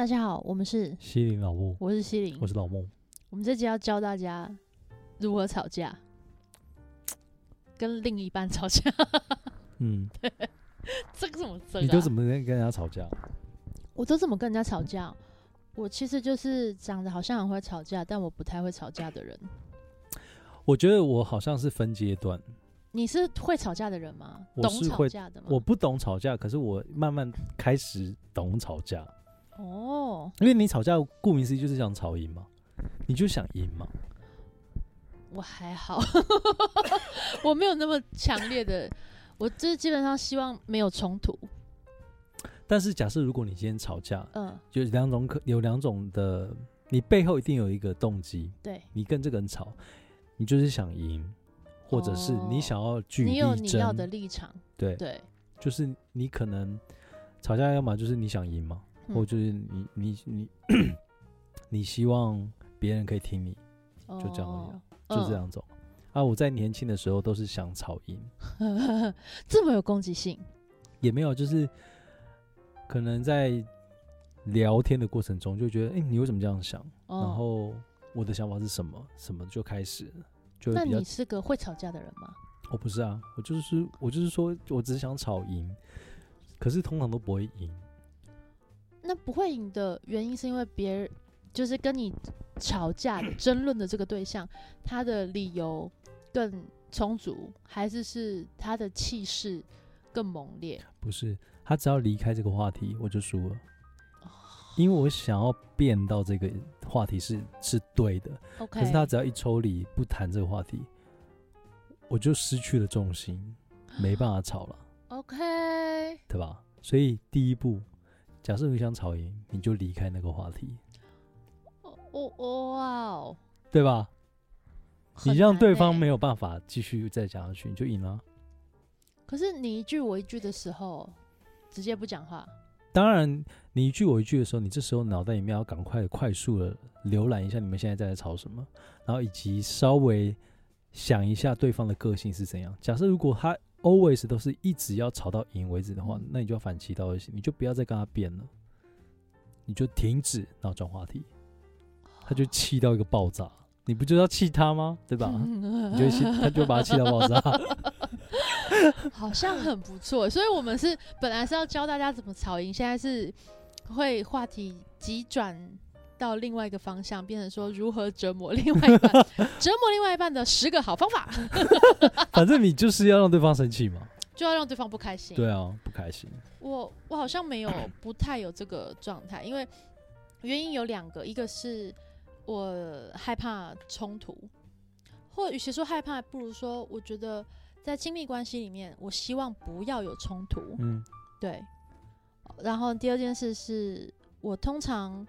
大家好，我们是西林老木， 我是西林， 我是老木。 我们这集要教大家如何吵架，跟另一半吵架。对，这个怎么争啊？ 你都怎么跟人家吵架？ 我都怎么跟人家吵架？我其实就是长得好像很会吵架，但我不太会吵架的人。 我觉得我好像是分阶段。 你是会吵架的人吗？ 我是会懂吵架的吗？ 我不懂吵架，可是我慢慢开始懂吵架。 哦， 因为你吵架，顾名思义就是想吵赢嘛，你就想赢嘛。 我还好，我没有那么强烈的，我就是基本上希望没有冲突。 但是假设如果你今天吵架，就有两种的，你背后一定有一个动机。 对， 你跟这个人吵，你就是想赢，或者是你想要据理力争。 你有你要的立场。 对，就是你可能吵架，要么就是你想赢嘛，或就是你希望别人可以听你，就这样而已，就这两种。我在年轻的时候都是想吵赢， 这么有攻击性？ 也没有，就是可能在聊天的过程中就觉得，你为什么这样想？然后我的想法是什么，什么就开始了。 那你是个会吵架的人吗？ 我不是啊，我就是说我只是想吵赢，可是通常都不会赢。 那不会赢的原因是因为别人就是跟你吵架的争论的这个对象，他的理由更充足，还是他的气势更猛烈？ 不是，他只要离开这个话题，我就输了。因为我想要变到这个话题是对的， okay. 可是他只要一抽离不谈这个话题，我就失去了重心，没办法吵了。 OK， 对吧？所以第一步，假设你想吵赢，你就离开那个话题。 哇哦， 对吧？你让对方没有办法继续再讲下去，你就赢了。 可是你一句我一句的时候，直接不讲话。 当然，你一句我一句的时候，你这时候脑袋里面要赶快速的浏览一下你们现在在吵什么，然后以及稍微想一下对方的个性是怎样。假设如果他 always 都是一直要吵到赢为止的话，那你就要反其道而行，你就不要再跟他辩了，你就停止，然后转话题。他就气到一个爆炸，你不就要气他吗？对吧？你就他就把他气到爆炸。 好像很不错，所以我们本来是要教大家怎么吵赢，现在是会话题急转到另外一个方向，变成说如何折磨另外一半，折磨另外一半的10个好方法。 反正你就是要让对方生气嘛， 就要让对方不开心。 对啊，不开心。 我好像不太有这个状态，因为原因有2个，一个是我害怕冲突，或与其说害怕，不如说我觉得在亲密关系里面，我希望不要有冲突。对。然后第二件事是我通常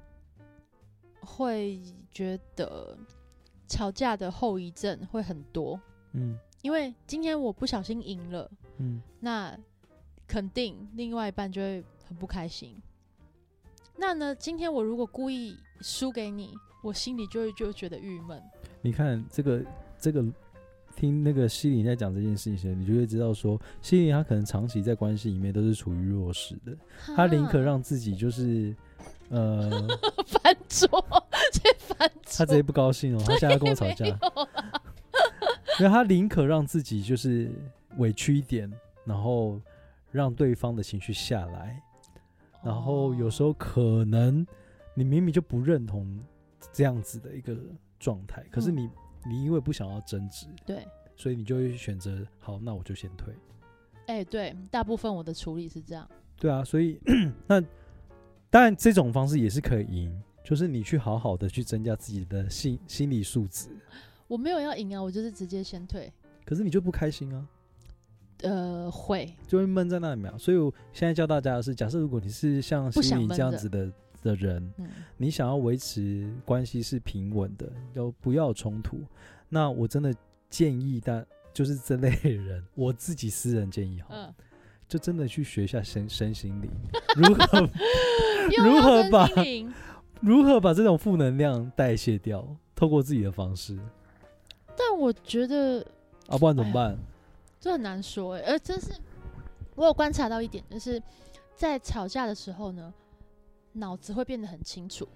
会觉得吵架的后遗症会很多。因为今天我不小心赢了，那肯定另外一半就会很不开心。那呢，今天我如果故意输给你，我心里就觉得郁闷。 你看这个，听那个西林在讲这件事情，你就会知道说，西林他可能长期在关系里面都是处于弱势的，他宁可让自己就是翻桌，直接翻桌， 他直接不高兴哦，他现在跟我吵架，因为他宁可让自己就是委屈一点，然后让对方的情绪下来。然后有时候可能你明明就不认同这样子的一个状态，可是你因为不想要争执， 对， 所以你就会选择好，那我就先退。 对，大部分我的处理是这样。 对啊，所以那当然这种方式也是可以赢，就是你去好好的去增加自己的心理素质。 我没有要赢啊，我就是直接先退。 可是你就不开心啊。 会就会闷在那里面。所以我现在教大家的是，假设如果你是像西林这样子的人，你想要维持关系是平稳的，不要有冲突，那我真的建议就是这类人，我自己私人建议就真的去学一下身心灵，如何把这种负能量代谢掉，透过自己的方式。 但我觉得不然怎么办？ 这很难说真是我有观察到一点，就是在吵架的时候呢， 脑子会变得很清楚，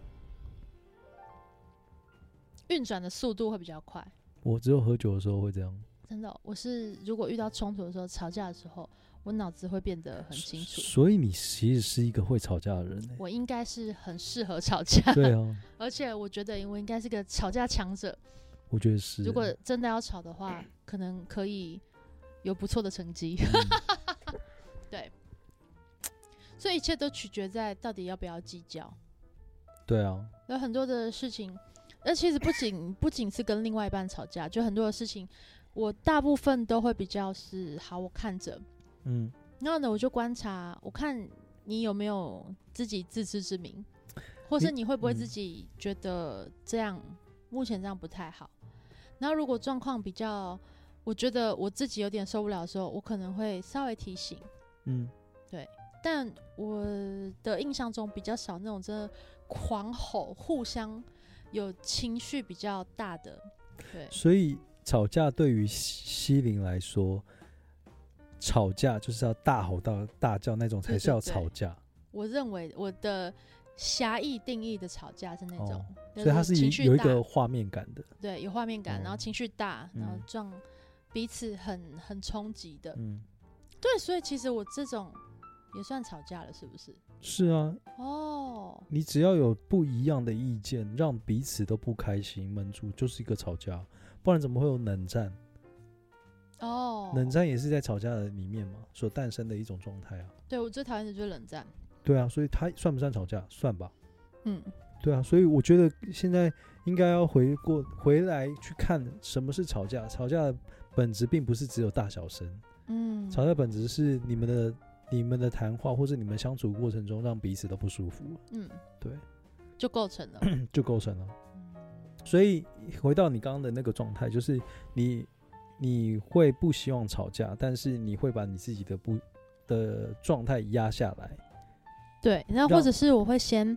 运转的速度会比较快。 我只有喝酒的时候会这样。 真的哦、我是如果遇到冲突的时候、吵架的时候，我脑子会变得很清楚。 所以你其实是一个会吵架的人欸。 我应该是很适合吵架， 对啊， 而且我觉得我应该是个吵架强者。 我觉得是。 如果真的要吵的话，可能可以有不错的成绩。对，所以一切都取决在到底要不要计较。 对啊， 有很多的事情，其实不仅是跟另外一半吵架，就很多的事情，我大部分都会比较是好，我看着，然后呢，我就观察，我看你有没有自己自知之明，或是你会不会自己觉得这样，目前这样不太好。然后如果状况比较，我觉得我自己有点受不了的时候，我可能会稍微提醒，对。但我的印象中比较少那种真的狂吼、互相有情绪比较大的，对。 所以吵架对于希伶来说，吵架就是要大吼大叫那种才是要吵架。 我认为我的狭义定义的吵架是那种， 所以它是有一个画面感的， 对，有画面感，然后情绪大，然后撞彼此很冲击的，对，所以其实我这种也算吵架了，是不是？ 是啊，你只要有不一样的意见，让彼此都不开心，闷住，就是一个吵架，不然怎么会有冷战？冷战也是在吵架的里面嘛，所诞生的一种状态啊。 对，我最讨厌的就是冷战。 对啊，所以它算不算吵架？算吧。对啊，所以我觉得现在应该要回来去看什么是吵架。吵架的本质并不是只有大小声，吵架本质是你们的谈话或是你们相处过程中让彼此都不舒服，对， 就构成了， 就构成了。所以回到你刚刚的那个状态，就是你会不希望吵架，但是你会把你自己的状态压下来。 对，然后或者是我会先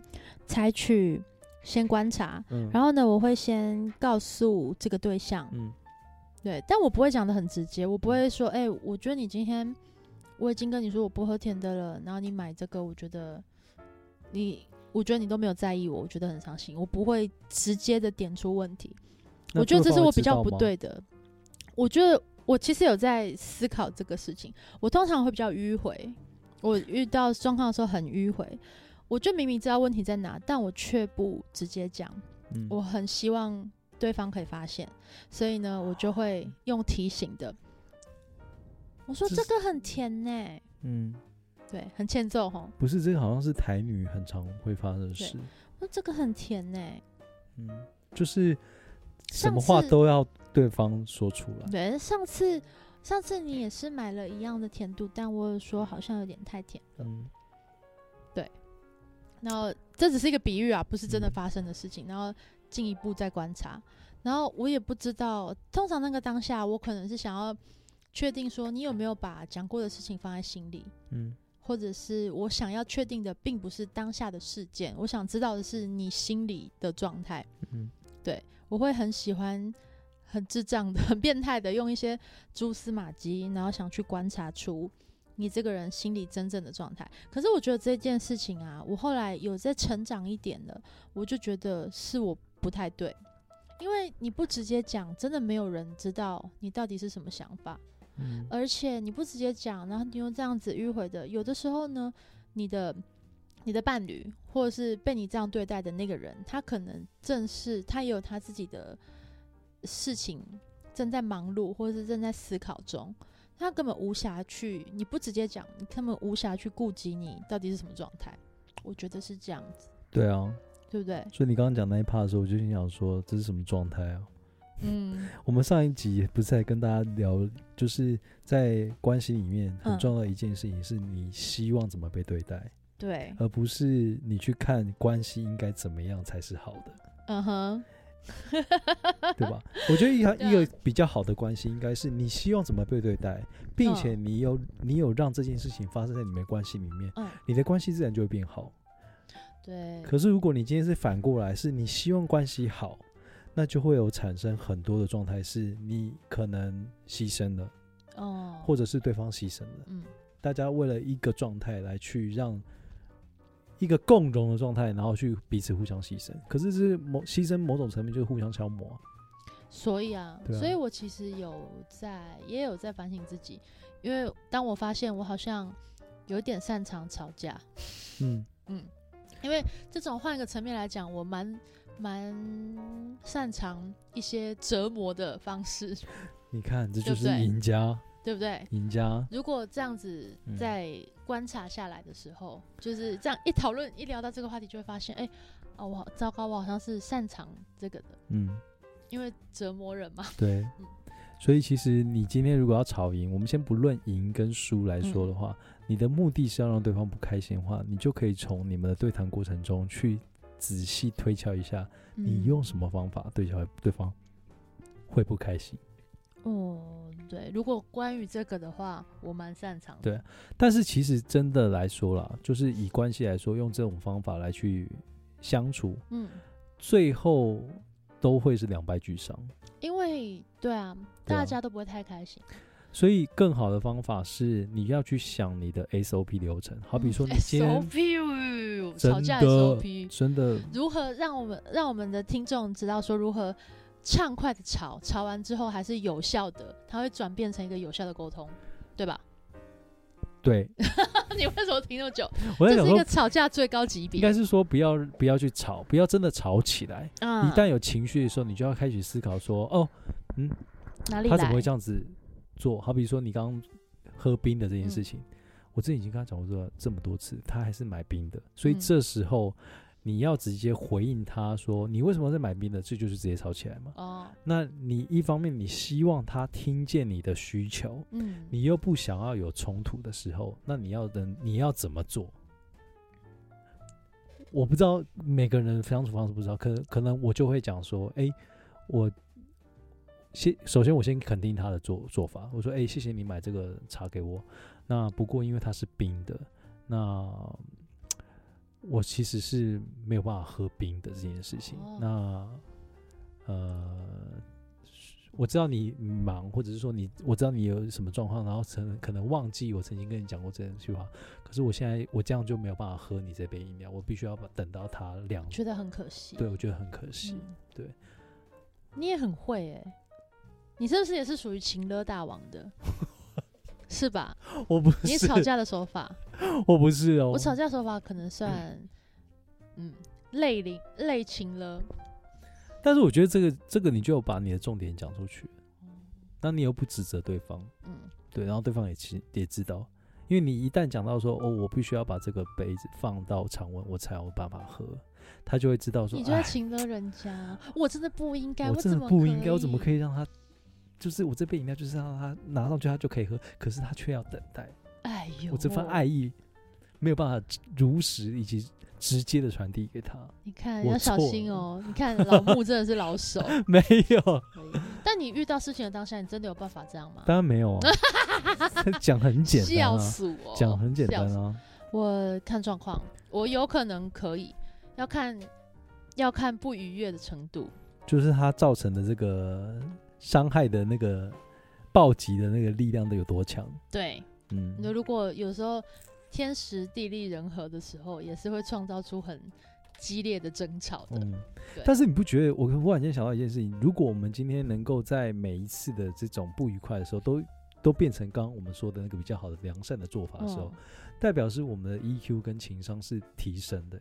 观察，然后呢，我会先告诉这个对象，对，但我不会讲得很直接，我不会说，我觉得你今天我已经跟你说我不喝甜的了，然后你买这个，我觉得你都没有在意我觉得很伤心，我不会直接的点出问题，我觉得这是我比较不对的。我觉得我其实有在思考这个事情，我通常会比较迂回。我遇到状况的时候很迂回，我就明明知道问题在哪，但我却不直接讲。我很希望对方可以发现，所以呢，我就会用提醒的。我说这个很甜呢，对，很欠揍吼。 不是，这个好像是台女很常会发生的事。 我说这个很甜呢， 就是什么话都要对方说出来。 对，上次你也是买了一样的甜度，但我有说好像有点太甜了。对。然后这只是一个比喻啊，不是真的发生的事情。然后进一步再观察，然后我也不知道，通常那个当下我可能是想要确定说你有没有把讲过的事情放在心里，或者是我想要确定的并不是当下的事件，我想知道的是你心里的状态。对，我会很喜欢。很智障的、很变态的，用一些蛛丝马迹，然后想去观察出你这个人心里真正的状态。可是我觉得这件事情啊，我后来有在成长一点了，我就觉得是我不太对，因为你不直接讲，真的没有人知道你到底是什么想法。而且你不直接讲，然后你又这样子迂回的，有的时候呢，你的伴侣或者是被你这样对待的那个人，他可能他也有他自己的事情正在忙碌，或者是正在思考中，他根本无暇去，你不直接讲，你根本无暇去顾及你到底是什么状态。我觉得是这样子。 对啊， 对不对？ 所以你刚刚讲那一 part 的时候，我就心想说，这是什么状态啊？我们上一集不是在跟大家聊，就是在关系里面很重要的一件事情，是你希望怎么被对待， 对， 而不是你去看关系应该怎么样才是好的。对吧？我觉得一个比较好的关系应该是你希望怎么被对待，并且你有让这件事情发生在你们关系里面，你的关系自然就会变好。 对。 可是如果你今天是反过来，是你希望关系好，那就会有产生很多的状态，是你可能牺牲了，或者是对方牺牲了。大家为了一个状态来去让一个共荣的状态，然后去彼此互相牺牲。可是是牺牲某种层面就是互相消磨啊。 所以啊， 对啊， 所以我其实也有在反省自己，因为当我发现我好像有点擅长吵架，因为这种换一个层面来讲，我蛮擅长一些折磨的方式。 你看，这就是赢家， 对不对？ 赢家。 如果这样子在观察下来的时候，就是这样一讨论一聊到这个话题，就会发现，我好糟糕，我好像是擅长这个的，因为折磨人嘛。 对，所以其实你今天如果要吵赢，我们先不论赢跟输来说的话，你的目的是要让对方不开心的话，你就可以从你们的对谈过程中去仔细推敲一下，你用什么方法对敲对方会不开心。 对，如果关于这个的话，我蛮擅长的。 对，但是其实真的来说啦，就是以关系来说，用这种方法来去相处，最后都会是两败俱伤。因为对啊，大家都不会太开心。 所以更好的方法是你要去想你的 SOP 流程，好比说你今天 SOP 吵架 SOP 真的如何让我们的听众知道说如何畅快的吵完之后还是有效的，它会转变成一个有效的沟通，对吧？对。你为什么停那么久？这是一个吵架最高级别。 应该是说不要去吵，不要真的吵起来。一旦有情绪的时候，你就要开始思考说， 哪里来？ 他怎么会这样子做？好比说你刚刚喝冰的这件事情，我之前已经跟他讲过这么多次，他还是买冰的，所以这时候你要直接回应他说你为什么在买冰的，这就是直接吵起来嘛。那你一方面你希望他听见你的需求，你又不想要有冲突的时候，那你要怎么做？我不知道每个人的相处方式不知道，可能我就会讲说，首先我先肯定他的做法，我说谢谢你买这个茶给我，那不过因为它是冰的，那我其实是没有办法喝冰的这件事情。那我知道你忙，或者是说我知道你有什么状况，然后可能忘记我曾经跟你讲过这句话，可是我现在这样就没有办法喝你这杯饮料，我必须要等到它凉。 觉得很可惜。对， 我觉得很可惜。对， 你也很会你是不是也是属于情勒大王的？是吧？ 我不是。 你吵架的手法？ 我不是哦。 我吵架手法可能算类情勒。 但是我觉得这个你就有把你的重点讲出去，那你又不指责对方，对，然后对方也知道，因为你一旦讲到说我必须要把这个杯子放到常温我才有办法喝，他就会知道说你就在情勒人家，我真的不应该， 我真的不应该，我怎么可以让他，就是我这杯饮料就是让他拿上去他就可以喝，可是他却要等待，我这份爱意没有办法如实以及直接的传递给他。 你看要小心哦。你看老木真的是老手。 没有。 但你遇到事情的当下，你真的有办法这样吗？ 当然没有啊。讲很简单笑死我。 讲很简单啊。 我看状况，我有可能可以，要看不愉悦的程度， 就是他造成的这个伤害的那个暴击的那个力量都有多强。 对，如果有时候天时地利人和的时候，也是会创造出很激烈的争吵的。 但是你不觉得我忽然间想到一件事情，如果我们今天能够在每一次的这种不愉快的时候都变成刚刚我们说的那个比较好的良善的做法的时候，代表是我们的 EQ 跟情商是提升的。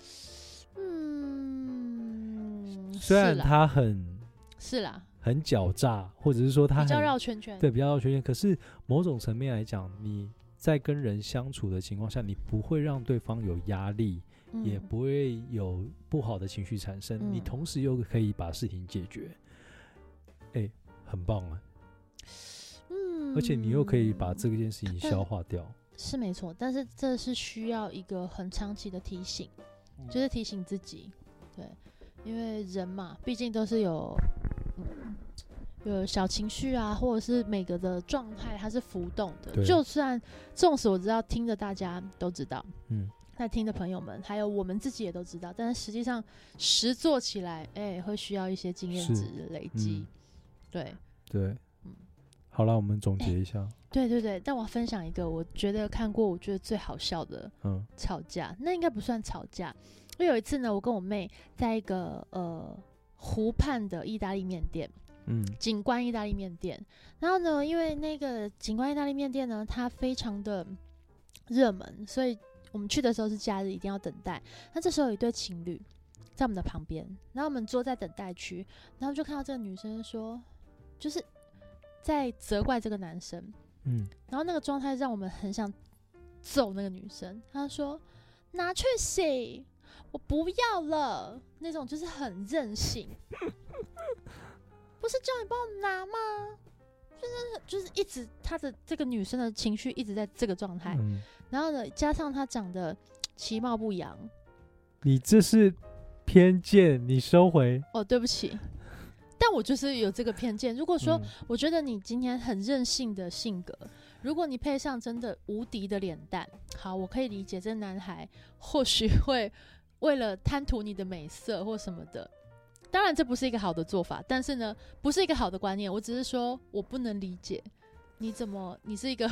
虽然他很狡诈，或者是说他比较绕圈圈， 对，比较绕圈圈，可是某种层面来讲，你在跟人相处的情况下，你不会让对方有压力，也不会有不好的情绪产生，你同时又可以把事情解决，很棒啊。而且你又可以把这件事情消化掉， 是没错。但是这是需要一个很长期的提醒，就是提醒自己，对，因为人嘛，毕竟都是有小情绪啊，或者是每个的状态它是浮动的。就算纵使我知道听的大家都知道，在听的朋友们还有我们自己也都知道，但是实际上实做起来，会需要一些经验值累积。对。 好了，我们总结一下。 对对对，但我分享一个我觉得看过我觉得最好笑的吵架，那应该不算吵架。我有一次呢，我跟我妹在一个湖畔的意大利面店，景观意大利面店。然后呢，因为那个景观意大利面店呢，它非常的热门，所以我们去的时候是假日，一定要等待。那这时候有一对情侣在我们的旁边，然后我们坐在等待区，然后就看到这个女生说，就是在责怪这个男生。然后那个状态让我们很想揍那个女生。她说：“拿去洗，我不要了。”那种就是很任性。不是叫你帮我拿吗？就是一直她的这个女生的情绪一直在这个状态。然后呢，加上她长得其貌不扬。 你这是偏见，你收回。 哦，对不起。但我就是有这个偏见。如果说我觉得你今天很任性的性格，如果你配上真的无敌的脸蛋，好，我可以理解这个男孩或许会为了贪图你的美色或什么的。当然这不是一个好的做法，但是呢，不是一个好的观念。我只是说我不能理解你是一个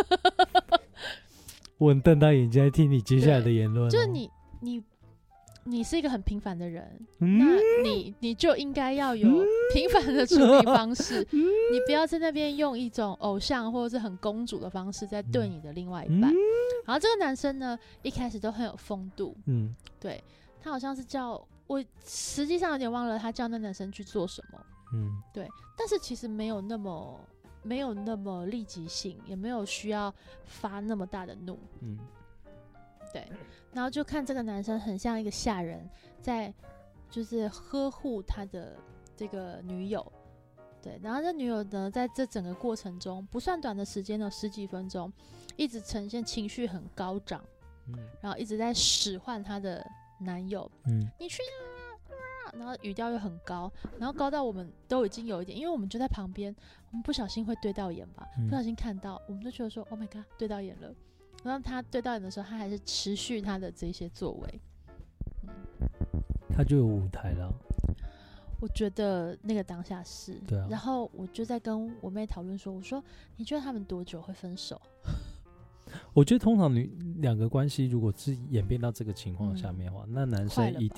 我很瞪大眼睛在听你接下来的言论。 就是你是一个很平凡的人，那你就应该要有平凡的处理方式，你不要在那边用一种偶像或者是很公主的方式在对你的另外一半。然后这个男生呢，一开始都很有风度，对，他好像是叫我实际上有点忘了他叫那男生去做什么，对，但是其实没有那么立即性，也没有需要发那么大的怒，对。然后就看这个男生很像一个下人，在就是呵护他的这个女友，对。然后这女友呢，在这整个过程中不算短的时间呢，10几分钟，一直呈现情绪很高涨，然后一直在使唤她的男友，你去啊，然后语调又很高，然后高到我们都已经有一点，因为我们就在旁边，我们不小心会对到眼吧，不小心看到，我们就觉得说 ，Oh my god， 对到眼了。然后他对到眼的时候，他还是持续他的这些作为， 他就有舞台了。 我觉得那个当下是， 对啊。 然后我就在跟我妹讨论说，我说你觉得他们多久会分手？ 我觉得通常两个关系如果是演变到这个情况下面的话，那男生一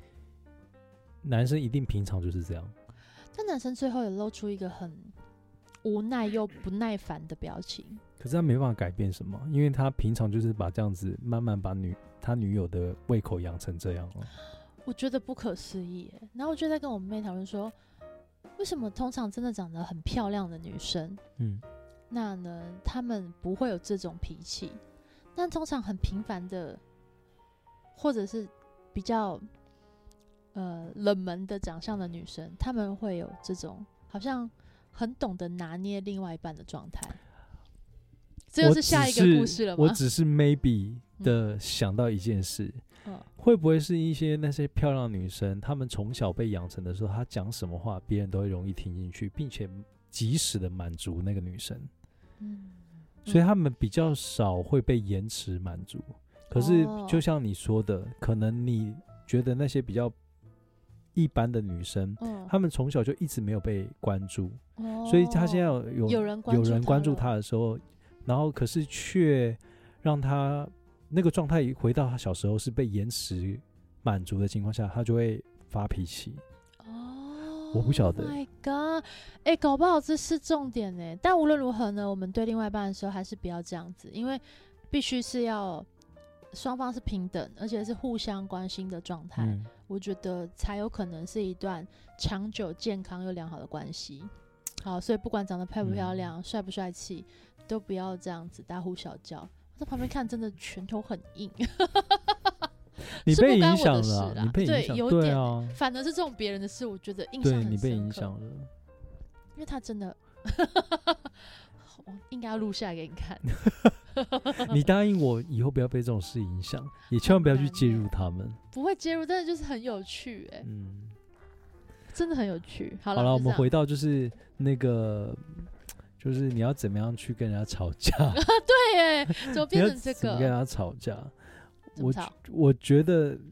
定平常就是这样。 但男生最后也露出一个很无奈又不耐烦的表情。 可是他没办法改变什么，因为他平常就是把这样子慢慢把他女友的胃口养成这样了。 我觉得不可思议耶。然后我就在跟我妹讨论说，为什么通常真的长得很漂亮的女生，那呢她们不会有这种脾气，但通常很平凡的，或者是比较冷门的长相的女生，她们会有这种好像很懂得拿捏另外一半的状态。这就是下一个故事了吗？ 我只是 maybe 的想到一件事，会不会是一些那些漂亮的女生，她们从小被养成的时候，她讲什么话，别人都会容易听进去，并且及时的满足那个女生，所以她们比较少会被延迟满足。可是就像你说的，可能你觉得那些比较一般的女生，她们从小就一直没有被关注，所以她现在有人关注她的时候，然后可是却让她那个状态回到她小时候是被延迟满足的情况下，她就会发脾气。我不晓得。 Oh my god！ 搞不好这是重点耶。但无论如何呢，我们对另外一半的时候还是不要这样子，因为必须是要双方是平等，而且是互相关心的状态，我觉得才有可能是一段长久、健康又良好的关系。好，所以不管长得漂不漂亮、帅不帅气，都不要这样子大呼小叫。我在旁边看，真的拳头很硬。 你被影响了，你被影响， 对，有点、 对啊， 反而是这种别人的事，我觉得印象很深刻。 对，你被影响了， 因为他真的，我应该要录下来给你看。 你答应我以后不要被这种事影响，也千万不要去介入他们。 不会介入，但是就是很有趣，真的很有趣。好了， 我们回到就是那个，就是你要怎么样去跟人家吵架？ 对耶，怎么变成这个？ 怎么跟人家吵架？我觉得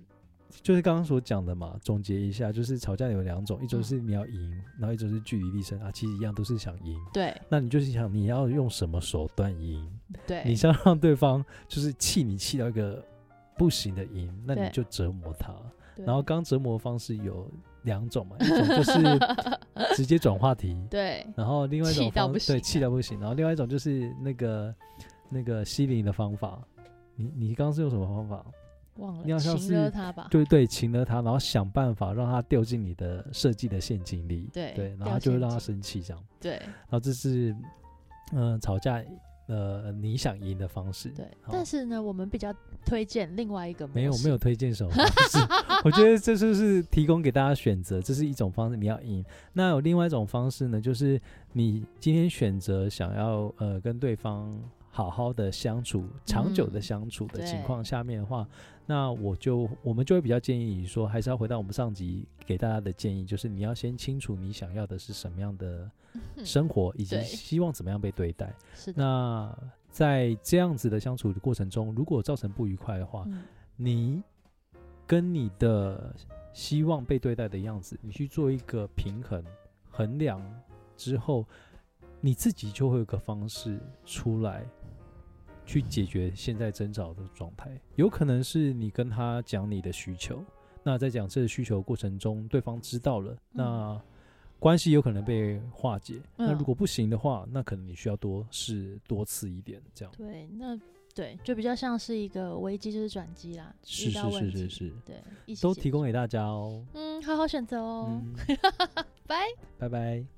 就是刚刚所讲的嘛，总结一下，就是吵架有2种，一种是你要赢，然后一种是据理力争啊，其实一样都是想赢。 对， 那你就是想你要用什么手段赢？ 对， 你想让对方就是气你气到一个不行的赢，那你就折磨他。然后刚折磨的方式有2种嘛，一种就是直接转话题， 对， 然后另外一种气到不行， 对，气到不行，然后另外一种就是那个欺凌的方法。你刚刚是用什么方法？ 忘了， 你好像是擒了他吧？ 对，擒了他，然后想办法让他掉进你的设计的陷阱里， 对， 然后就会让他生气这样。 对， 然后这是吵架你想赢的方式。 对，但是呢，我们比较推荐另外一个模式。 没有推荐什么方式，我觉得这就是提供给大家选择，这是一种方式，你要赢。那有另外一种方式呢，就是你今天选择想要跟对方好好的相处，长久的相处的情况下面的话，那我们就会比较建议说，还是要回到我们上集给大家的建议，就是你要先清楚你想要的是什么样的生活，以及希望怎么样被对待。 是的。 那在这样子的相处的过程中，如果造成不愉快的话，你跟你的希望被对待的样子，你去做一个平衡衡量之后，你自己就会有个方式出来去解决现在争吵的状态。有可能是你跟他讲你的需求，那在讲这个需求的过程中，对方知道了，那关系有可能被化解。那如果不行的话，那可能你需要多试多次一点，这样。 对，那对，就比较像是一个危机就是转机啦。 是， 对， 都提供给大家哦。 好好选择哦。拜拜。